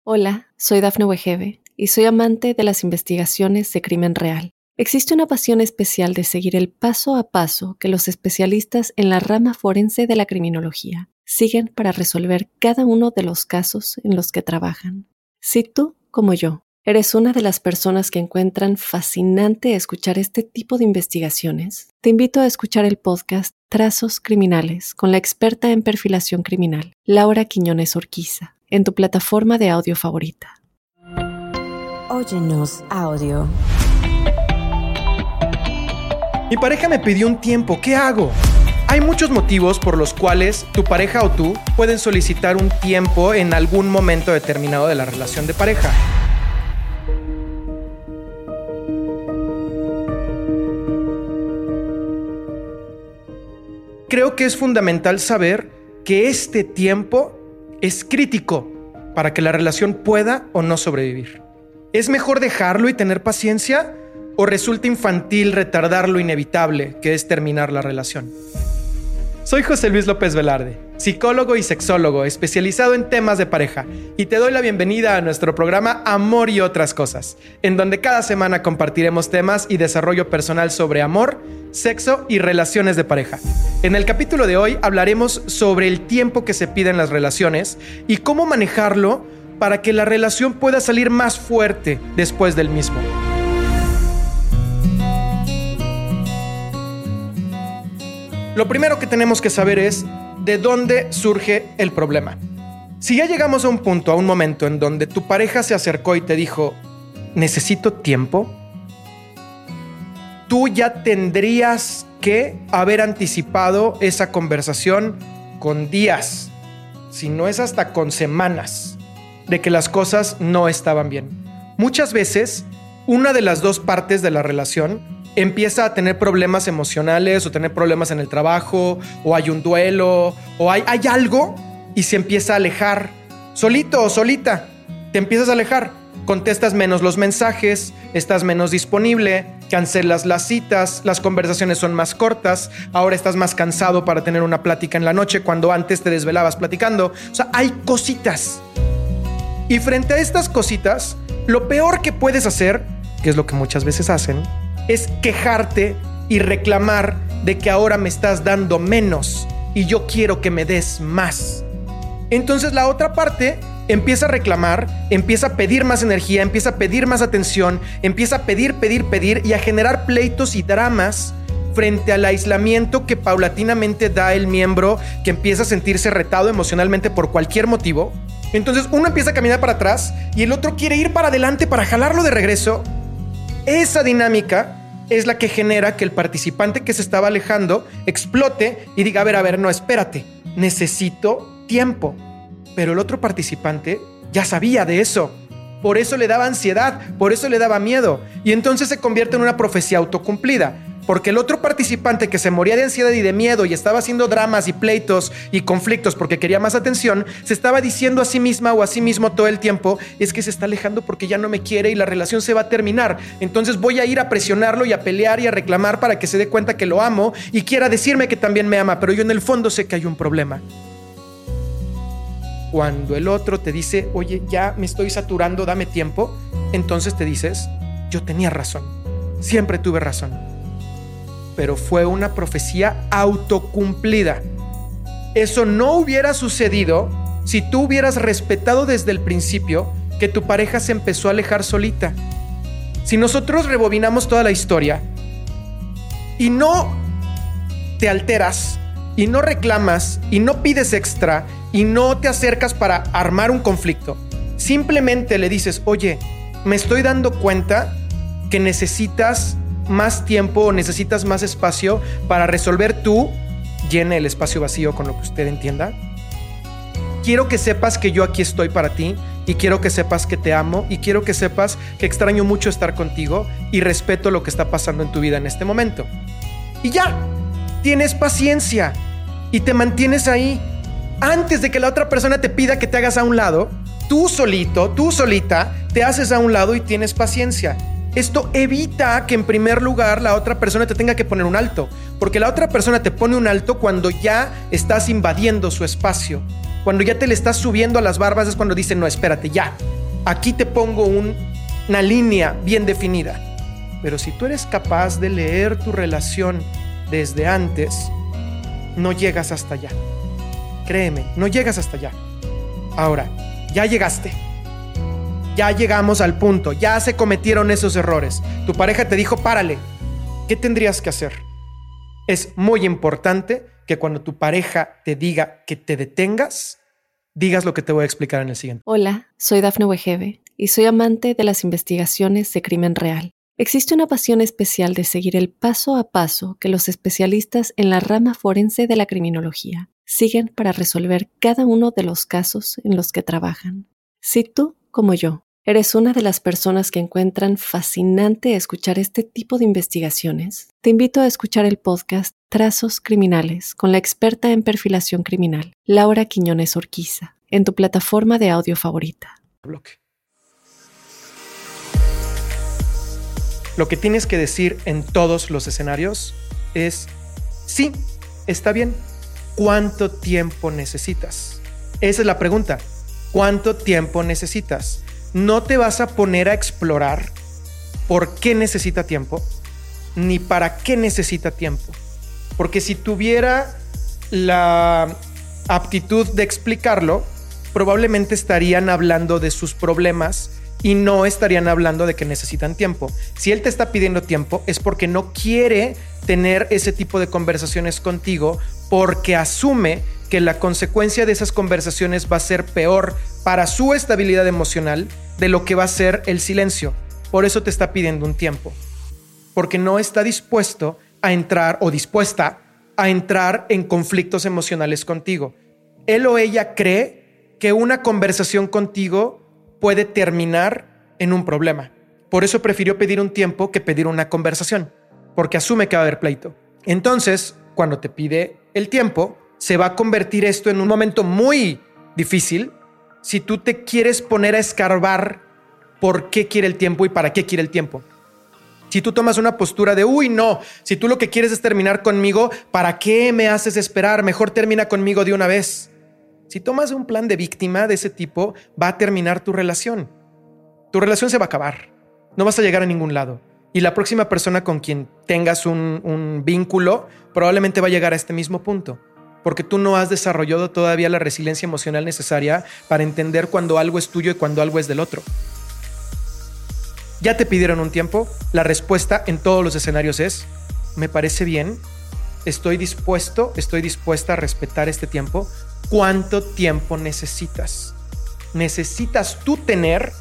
Hola, soy Dafne Wegebe y soy amante de las investigaciones de crimen real. Existe una pasión especial de seguir el paso a paso que los especialistas en la rama forense de la criminología siguen para resolver cada uno de los casos en los que trabajan. Si tú, como yo, eres una de las personas que encuentran fascinante escuchar este tipo de investigaciones, te invito a escuchar el podcast Trazos Criminales con la experta en perfilación criminal, Laura Quiñones Orquiza, en tu plataforma de audio favorita. Óyenos audio. Mi pareja me pidió un tiempo, ¿qué hago? Hay muchos motivos por los cuales tu pareja o tú pueden solicitar un tiempo en algún momento determinado de la relación de pareja. Creo que es fundamental saber que este tiempo es crítico para que la relación pueda o no sobrevivir. ¿Es mejor dejarlo y tener paciencia? ¿O resulta infantil retardar lo inevitable, que es terminar la relación? Soy José Luis López Velarde, psicólogo y sexólogo especializado en temas de pareja, y te doy la bienvenida a nuestro programa Amor y otras cosas, en donde cada semana compartiremos temas y desarrollo personal sobre amor, sexo y relaciones de pareja. En el capítulo de hoy hablaremos sobre el tiempo que se pide en las relaciones y cómo manejarlo para que la relación pueda salir más fuerte después del mismo. Lo primero que tenemos que saber es de dónde surge el problema. Si ya llegamos a un punto, a un momento en donde tu pareja se acercó y te dijo, necesito tiempo, tú ya tendrías que haber anticipado esa conversación con días, si no es hasta con semanas, de que las cosas no estaban bien. Muchas veces, una de las dos partes de la relación empieza a tener problemas emocionales o tener problemas en el trabajo, o hay un duelo, o hay algo y se empieza a alejar. Solito o solita, te empiezas a alejar. Contestas menos los mensajes, estás menos disponible, cancelas las citas, las conversaciones son más cortas, ahora estás más cansado para tener una plática en la noche cuando antes te desvelabas platicando. O sea, hay cositas. Y frente a estas cositas, lo peor que puedes hacer, que es lo que muchas veces hacen, es quejarte y reclamar de que ahora me estás dando menos y yo quiero que me des más. Entonces la otra parte empieza a reclamar, empieza a pedir más energía, empieza a pedir más atención, empieza a pedir y a generar pleitos y dramas frente al aislamiento que paulatinamente da el miembro que empieza a sentirse retado emocionalmente por cualquier motivo. Entonces uno empieza a caminar para atrás y el otro quiere ir para adelante para jalarlo de regreso. Esa dinámica es la que genera que el participante que se estaba alejando explote y diga, a ver, no, espérate, necesito tiempo. Pero el otro participante ya sabía de eso. Por eso le daba ansiedad, por eso le daba miedo. Y entonces se convierte en una profecía autocumplida. Porque el otro participante que se moría de ansiedad y de miedo y estaba haciendo dramas y pleitos y conflictos porque quería más atención, se estaba diciendo a sí misma o a sí mismo todo el tiempo, es que se está alejando porque ya no me quiere y la relación se va a terminar. Entonces voy a ir a presionarlo y a pelear y a reclamar para que se dé cuenta que lo amo y quiera decirme que también me ama, pero yo en el fondo sé que hay un problema. Cuando el otro te dice, oye, ya me estoy saturando, dame tiempo, entonces te dices, yo tenía razón, siempre tuve razón. Pero fue una profecía autocumplida. Eso no hubiera sucedido si tú hubieras respetado desde el principio que tu pareja se empezó a alejar solita. Si nosotros rebobinamos toda la historia y no te alteras y no reclamas y no pides extra y no te acercas para armar un conflicto, simplemente le dices, oye, me estoy dando cuenta que necesitas más tiempo o necesitas más espacio para resolver tú, llene el espacio vacío con lo que usted entienda. Quiero que sepas que yo aquí estoy para ti y quiero que sepas que te amo y quiero que sepas que extraño mucho estar contigo y respeto lo que está pasando en tu vida en este momento. Y ya, tienes paciencia y te mantienes ahí. Antes de que la otra persona te pida que te hagas a un lado, tú solito, tú solita, te haces a un lado y tienes paciencia. Esto evita que en primer lugar la otra persona te tenga que poner un alto, porque la otra persona te pone un alto cuando ya estás invadiendo su espacio. Cuando ya te le estás subiendo a las barbas es cuando dicen, no, espérate, ya. Aquí te pongo una línea bien definida. Pero si tú eres capaz de leer tu relación desde antes, no llegas hasta allá. Créeme, no llegas hasta allá. Ahora, ya llegaste. Ya llegamos al punto. Ya se cometieron esos errores. Tu pareja te dijo, párale. ¿Qué tendrías que hacer? Es muy importante que cuando tu pareja te diga que te detengas, digas lo que te voy a explicar en el siguiente. Hola, soy Dafne Wegebe y soy amante de las investigaciones de crimen real. Existe una pasión especial de seguir el paso a paso que los especialistas en la rama forense de la criminología siguen para resolver cada uno de los casos en los que trabajan. Si tú, como yo, eres una de las personas que encuentran fascinante escuchar este tipo de investigaciones, te invito a escuchar el podcast Trazos Criminales con la experta en perfilación criminal, Laura Quiñones Orquiza, en tu plataforma de audio favorita. Lo que tienes que decir en todos los escenarios es, sí, está bien. ¿Cuánto tiempo necesitas? Esa es la pregunta. ¿Cuánto tiempo necesitas? No te vas a poner a explorar por qué necesita tiempo, ni para qué necesita tiempo. Porque si tuviera la aptitud de explicarlo, probablemente estarían hablando de sus problemas y no estarían hablando de que necesitan tiempo. Si él te está pidiendo tiempo es porque no quiere tener ese tipo de conversaciones contigo, porque asume que la consecuencia de esas conversaciones va a ser peor para su estabilidad emocional de lo que va a ser el silencio. Por eso te está pidiendo un tiempo, porque no está dispuesto a entrar o dispuesta a entrar en conflictos emocionales contigo. Él o ella cree que una conversación contigo puede terminar en un problema. Por eso prefirió pedir un tiempo que pedir una conversación, porque asume que va a haber pleito. Entonces, cuando te pide el tiempo, se va a convertir esto en un momento muy difícil si tú te quieres poner a escarbar por qué quiere el tiempo y para qué quiere el tiempo. Si tú tomas una postura de, uy, no, si tú lo que quieres es terminar conmigo, ¿para qué me haces esperar? Mejor termina conmigo de una vez. Si tomas un plan de víctima de ese tipo, va a terminar tu relación. Tu relación se va a acabar. No vas a llegar a ningún lado. Y la próxima persona con quien tengas un vínculo probablemente va a llegar a este mismo punto. Porque tú no has desarrollado todavía la resiliencia emocional necesaria para entender cuando algo es tuyo y cuando algo es del otro. ¿Ya te pidieron un tiempo? La respuesta en todos los escenarios es, me parece bien, estoy dispuesta a respetar este tiempo. ¿Cuánto tiempo necesitas? Necesitas tú tener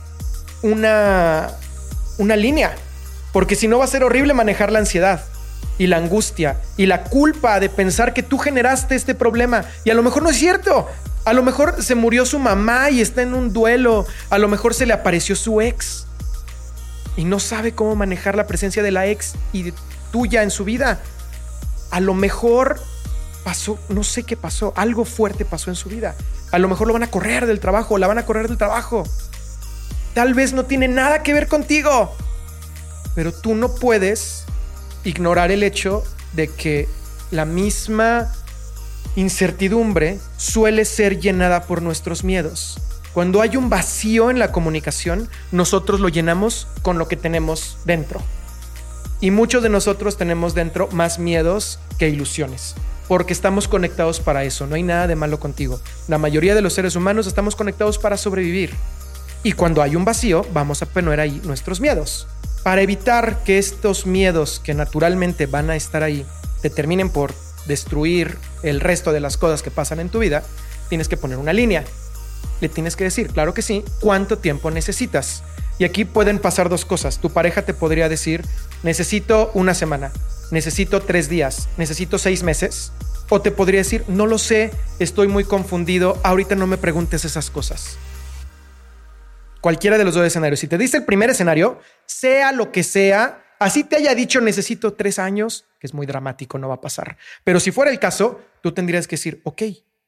una línea, porque si no va a ser horrible manejar la ansiedad y la angustia y la culpa de pensar que tú generaste este problema y a lo mejor no es cierto. A lo mejor se murió su mamá y está en un duelo. A lo mejor se le apareció su ex y no sabe cómo manejar la presencia de la ex y tuya en su vida. A lo mejor pasó, no sé qué pasó, algo fuerte pasó en su vida. A lo mejor lo van a correr del trabajo, la van a correr del trabajo. Tal vez no tiene nada que ver contigo, pero tú no puedes ignorar el hecho de que la misma incertidumbre suele ser llenada por nuestros miedos. Cuando hay un vacío en la comunicación, nosotros lo llenamos con lo que tenemos dentro. Y muchos de nosotros tenemos dentro más miedos que ilusiones, porque estamos conectados para eso. No hay nada de malo contigo. La mayoría de los seres humanos estamos conectados para sobrevivir. Y cuando hay un vacío, vamos a poner ahí nuestros miedos. Para evitar que estos miedos que naturalmente van a estar ahí te terminen por destruir el resto de las cosas que pasan en tu vida, tienes que poner una línea. Le tienes que decir, claro que sí, ¿cuánto tiempo necesitas? Y aquí pueden pasar dos cosas. Tu pareja te podría decir, necesito una semana, necesito 3 días, necesito 6 meses. O te podría decir, no lo sé, estoy muy confundido, ahorita no me preguntes esas cosas. Cualquiera de los dos escenarios. Si te dice el primer escenario, sea lo que sea, así te haya dicho necesito 3 años, que es muy dramático, no va a pasar. Pero si fuera el caso, tú tendrías que decir, ok,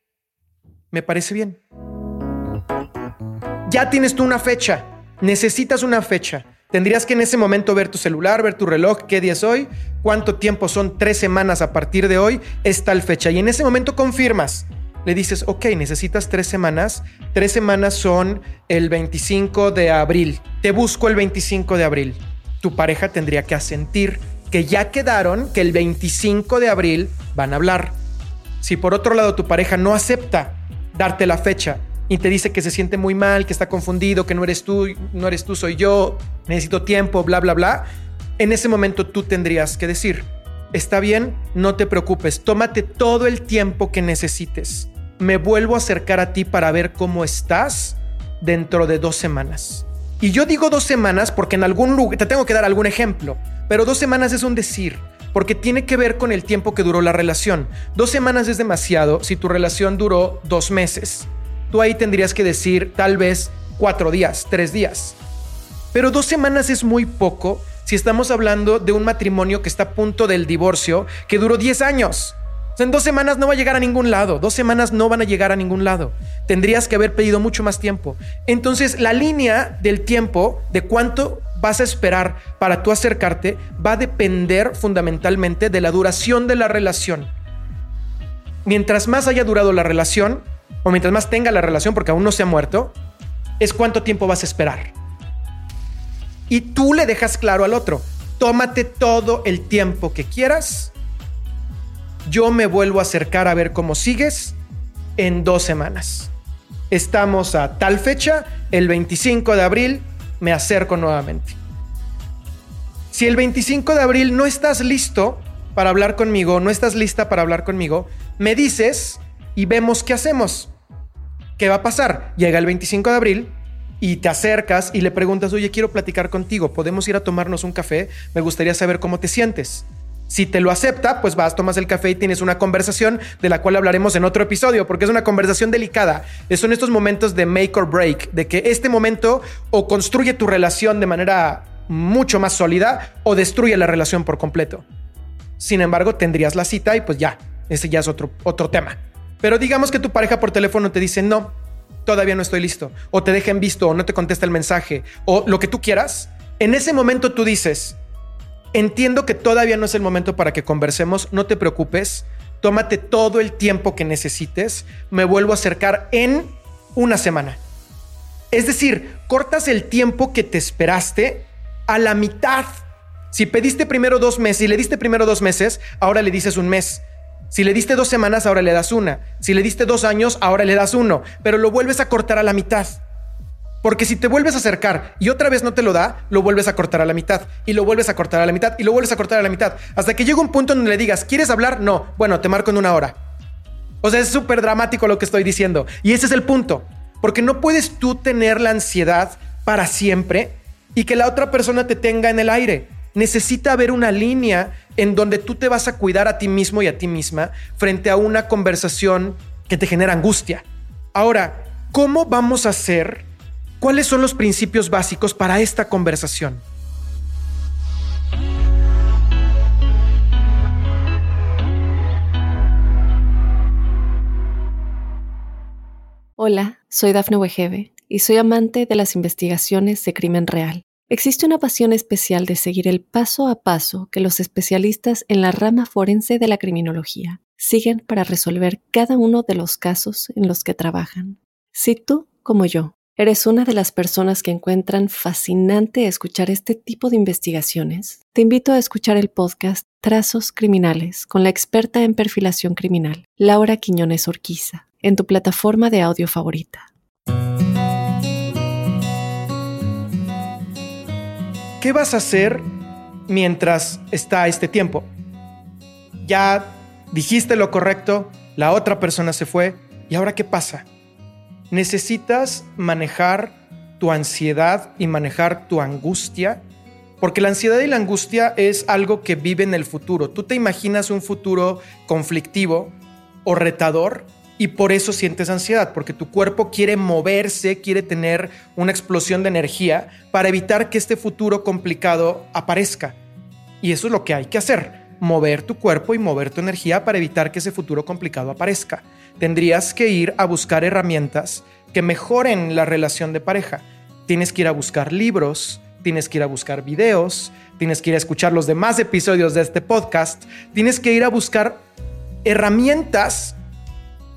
me parece bien. Ya tienes tú una fecha, necesitas una fecha. Tendrías que en ese momento ver tu celular, ver tu reloj, qué día es hoy, cuánto tiempo son, 3 semanas a partir de hoy, es tal fecha. Y en ese momento confirmas, Le dices, ok, necesitas 3 semanas. 3 semanas son el 25 de abril. Te busco el 25 de abril. Tu pareja tendría que asentir que ya quedaron, que el 25 de abril van a hablar. Si por otro lado tu pareja no acepta darte la fecha y te dice que se siente muy mal, que está confundido, que no eres tú, soy yo, necesito tiempo, bla, bla, bla, en ese momento tú tendrías que decir, está bien, no te preocupes, tómate todo el tiempo que necesites. Me vuelvo a acercar a ti para ver cómo estás dentro de 2 semanas. Y yo digo 2 semanas porque en algún lugar, te tengo que dar algún ejemplo, pero 2 semanas es un decir, porque tiene que ver con el tiempo que duró la relación. 2 semanas es demasiado si tu relación duró 2 meses. Tú ahí tendrías que decir tal vez 4 días, 3 días. Pero 2 semanas es muy poco si estamos hablando de un matrimonio que está a punto del divorcio, que duró 10 años. O sea, en 2 semanas no va a llegar a ningún lado. 2 semanas no van a llegar a ningún lado. Tendrías que haber pedido mucho más tiempo. Entonces, la línea del tiempo, de cuánto vas a esperar para tú acercarte, va a depender fundamentalmente de la duración de la relación. Mientras más haya durado la relación, o mientras más tenga la relación, porque aún no se ha muerto, es cuánto tiempo vas a esperar. Y tú le dejas claro al otro, tómate todo el tiempo que quieras. Yo me vuelvo a acercar a ver cómo sigues en 2 semanas. Estamos a tal fecha, el 25 de abril, me acerco nuevamente. Si el 25 de abril no estás listo para hablar conmigo, no estás lista para hablar conmigo, me dices y vemos qué hacemos. ¿Qué va a pasar? Llega el 25 de abril y te acercas y le preguntas, oye, quiero platicar contigo, ¿podemos ir a tomarnos un café? Me gustaría saber cómo te sientes. Si te lo acepta, pues vas, tomas el café y tienes una conversación de la cual hablaremos en otro episodio, porque es una conversación delicada. Son estos momentos de make or break, de que este momento o construye tu relación de manera mucho más sólida o destruye la relación por completo. Sin embargo, tendrías la cita y pues ya, ese ya es otro tema. Pero digamos que tu pareja por teléfono te dice, no, todavía no estoy listo, o te deja en visto, o no te contesta el mensaje, o lo que tú quieras. En ese momento tú dices, entiendo que todavía no es el momento para que conversemos, no te preocupes, tómate todo el tiempo que necesites, me vuelvo a acercar en 1 semana. Es decir, cortas el tiempo que te esperaste a la mitad. Si pediste primero 2 meses y le diste primero 2 meses, ahora le dices 1 mes. Si le diste 2 semanas, ahora le das 1. Si le diste 2 años, ahora le das 1. Pero lo vuelves a cortar a la mitad. Porque si te vuelves a acercar y otra vez no te lo da, lo vuelves a cortar a la mitad y lo vuelves a cortar a la mitad y lo vuelves a cortar a la mitad hasta que llega un punto en donde le digas, ¿quieres hablar? No. Bueno, te marco en 1 hora. O sea, es súper dramático lo que estoy diciendo. Y ese es el punto. Porque no puedes tú tener la ansiedad para siempre y que la otra persona te tenga en el aire. Necesita haber una línea en donde tú te vas a cuidar a ti mismo y a ti misma frente a una conversación que te genera angustia. Ahora, ¿cómo vamos a hacer? ¿Cuáles son los principios básicos para esta conversación? Hola, soy Dafne Wegebe y soy amante de las investigaciones de crimen real. Existe una pasión especial de seguir el paso a paso que los especialistas en la rama forense de la criminología siguen para resolver cada uno de los casos en los que trabajan. Si tú, como yo, ¿eres una de las personas que encuentran fascinante escuchar este tipo de investigaciones? Te invito a escuchar el podcast Trazos Criminales con la experta en perfilación criminal, Laura Quiñones Orquiza, en tu plataforma de audio favorita. ¿Qué vas a hacer mientras está este tiempo? Ya dijiste lo correcto, la otra persona se fue, ¿y ahora qué pasa? Necesitas manejar tu ansiedad y manejar tu angustia, porque la ansiedad y la angustia es algo que vive en el futuro. Tú te imaginas un futuro conflictivo o retador y por eso sientes ansiedad, porque tu cuerpo quiere moverse, quiere tener una explosión de energía para evitar que este futuro complicado aparezca. Y eso es lo que hay que hacer, mover tu cuerpo y mover tu energía para evitar que ese futuro complicado aparezca. Tendrías que ir a buscar herramientas que mejoren la relación de pareja. Tienes que ir a buscar libros, tienes que ir a buscar videos, tienes que ir a escuchar los demás episodios de este podcast, tienes que ir a buscar herramientas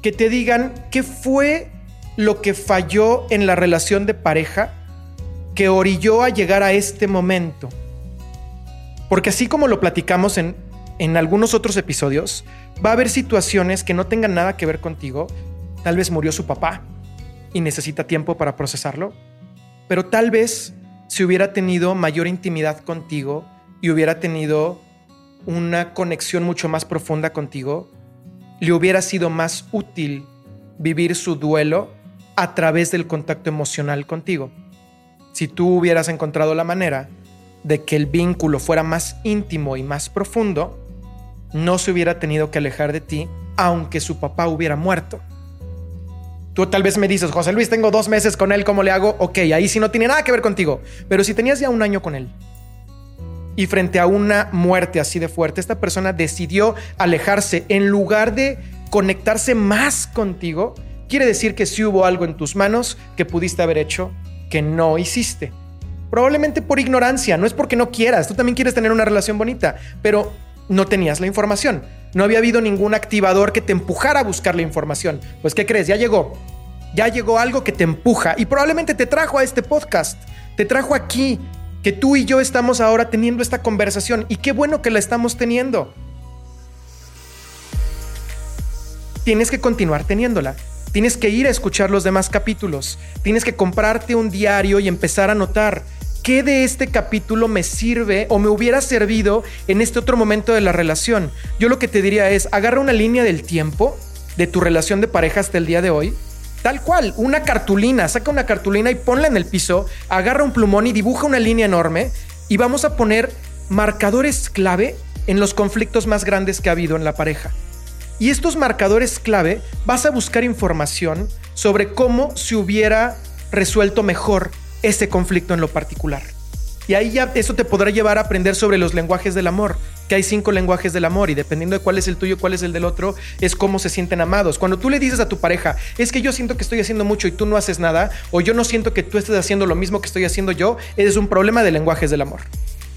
que te digan qué fue lo que falló en la relación de pareja que orilló a llegar a este momento. Porque así como lo platicamos en algunos otros episodios, va a haber situaciones que no tengan nada que ver contigo. Tal vez murió su papá y necesita tiempo para procesarlo, pero tal vez si hubiera tenido mayor intimidad contigo y hubiera tenido una conexión mucho más profunda contigo, le hubiera sido más útil vivir su duelo a través del contacto emocional contigo. Si tú hubieras encontrado la manera de que el vínculo fuera más íntimo y más profundo, no se hubiera tenido que alejar de ti, aunque su papá hubiera muerto. Tú tal vez me dices, José Luis, tengo 2 meses con él, ¿cómo le hago? Ok, ahí sí no tiene nada que ver contigo. Pero si tenías ya 1 año con él y frente a una muerte así de fuerte, esta persona decidió alejarse en lugar de conectarse más contigo, quiere decir que sí hubo algo en tus manos que pudiste haber hecho que no hiciste. Probablemente por ignorancia, no es porque no quieras, tú también quieres tener una relación bonita, pero no tenías la información. No había habido ningún activador que te empujara a buscar la información. Pues, ¿qué crees? Ya llegó algo que te empuja y probablemente te trajo a este podcast, te trajo aquí, que tú y yo estamos ahora teniendo esta conversación y qué bueno que la estamos teniendo. Tienes que continuar teniéndola. Tienes que ir a escuchar los demás capítulos. Tienes que comprarte un diario y empezar a anotar qué de este capítulo me sirve o me hubiera servido en este otro momento de la relación. Yo lo que te diría es, agarra una línea del tiempo de tu relación de pareja hasta el día de hoy, tal cual, una cartulina, saca una cartulina y ponla en el piso, agarra un plumón y dibuja una línea enorme y vamos a poner marcadores clave en los conflictos más grandes que ha habido en la pareja. Y estos marcadores clave vas a buscar información sobre cómo se hubiera resuelto mejor ese conflicto en lo particular. Y ahí ya eso te podrá llevar a aprender sobre los lenguajes del amor, que hay 5 lenguajes del amor y dependiendo de cuál es el tuyo, cuál es el del otro, es cómo se sienten amados. Cuando tú le dices a tu pareja, es que yo siento que estoy haciendo mucho y tú no haces nada, o yo no siento que tú estés haciendo lo mismo que estoy haciendo yo, es un problema de lenguajes del amor.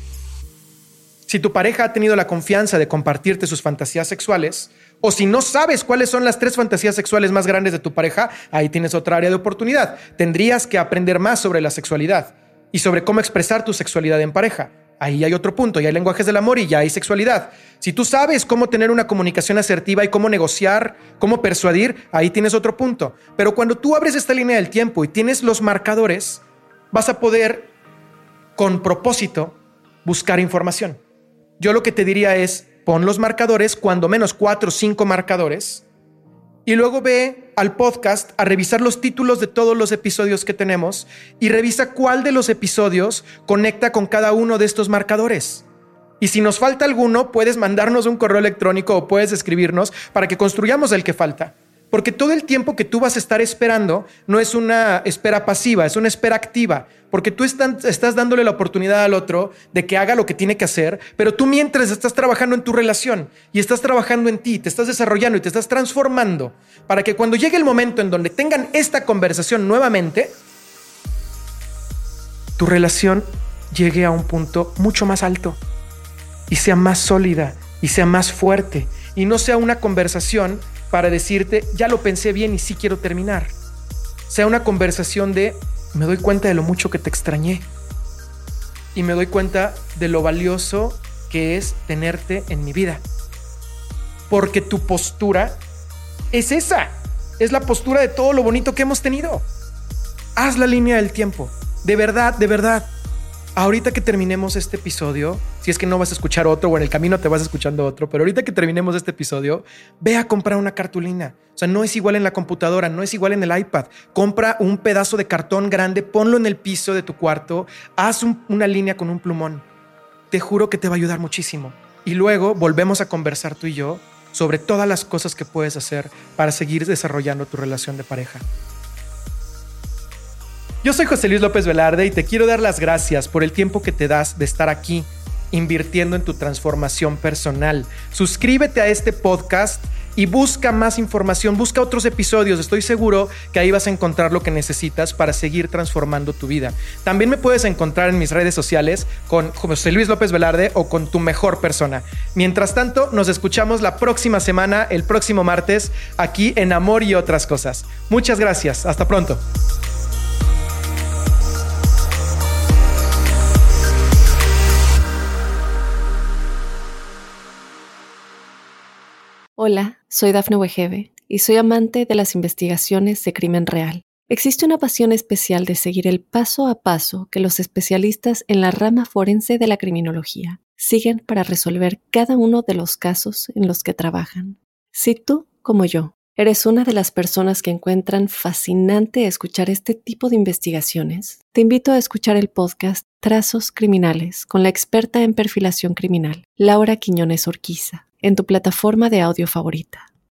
Si tu pareja ha tenido la confianza de compartirte sus fantasías sexuales, o si no sabes cuáles son las 3 fantasías sexuales más grandes de tu pareja, ahí tienes otra área de oportunidad. Tendrías que aprender más sobre la sexualidad y sobre cómo expresar tu sexualidad en pareja. Ahí hay otro punto, ya hay lenguajes del amor y ya hay sexualidad. Si tú sabes cómo tener una comunicación asertiva y cómo negociar, cómo persuadir, ahí tienes otro punto. Pero cuando tú abres esta línea del tiempo y tienes los marcadores, vas a poder, con propósito, buscar información. Yo lo que te diría es, pon los marcadores, cuando menos 4 o 5 marcadores, y luego ve al podcast a revisar los títulos de todos los episodios que tenemos y revisa cuál de los episodios conecta con cada uno de estos marcadores. Y si nos falta alguno, puedes mandarnos un correo electrónico o puedes escribirnos para que construyamos el que falta. Porque todo el tiempo que tú vas a estar esperando no es una espera pasiva, es una espera activa. Porque tú estás dándole la oportunidad al otro de que haga lo que tiene que hacer, pero tú mientras estás trabajando en tu relación y estás trabajando en ti, te estás desarrollando y te estás transformando para que cuando llegue el momento en donde tengan esta conversación nuevamente, tu relación llegue a un punto mucho más alto y sea más sólida y sea más fuerte y no sea una conversación para decirte, ya lo pensé bien y sí quiero terminar. Sea una conversación de, me doy cuenta de lo mucho que te extrañé y me doy cuenta de lo valioso que es tenerte en mi vida. Porque tu postura es esa, es la postura de todo lo bonito que hemos tenido. Haz la línea del tiempo, de verdad, de verdad. Ahorita que terminemos este episodio, si es que no vas a escuchar otro o en el camino te vas escuchando otro, pero ahorita que terminemos este episodio, ve a comprar una cartulina. O sea, no es igual en la computadora, no es igual en el iPad. Compra un pedazo de cartón grande, ponlo en el piso de tu cuarto, haz una línea con un plumón. Te juro que te va a ayudar muchísimo. Y luego volvemos a conversar tú y yo sobre todas las cosas que puedes hacer para seguir desarrollando tu relación de pareja. Yo soy José Luis López Velarde y te quiero dar las gracias por el tiempo que te das de estar aquí, invirtiendo en tu transformación personal. Suscríbete a este podcast y busca más información, busca otros episodios. Estoy seguro que ahí vas a encontrar lo que necesitas para seguir transformando tu vida. También me puedes encontrar en mis redes sociales con José Luis López Velarde o con Tu Mejor Persona. Mientras tanto, nos escuchamos la próxima semana, el próximo martes, aquí en Amor y Otras Cosas. Muchas gracias. Hasta pronto. Hola, soy Dafne Wegebe y soy amante de las investigaciones de crimen real. Existe una pasión especial de seguir el paso a paso que los especialistas en la rama forense de la criminología siguen para resolver cada uno de los casos en los que trabajan. Si tú, como yo, eres una de las personas que encuentran fascinante escuchar este tipo de investigaciones, te invito a escuchar el podcast Trazos Criminales con la experta en perfilación criminal, Laura Quiñones Orquiza, en tu plataforma de audio favorita.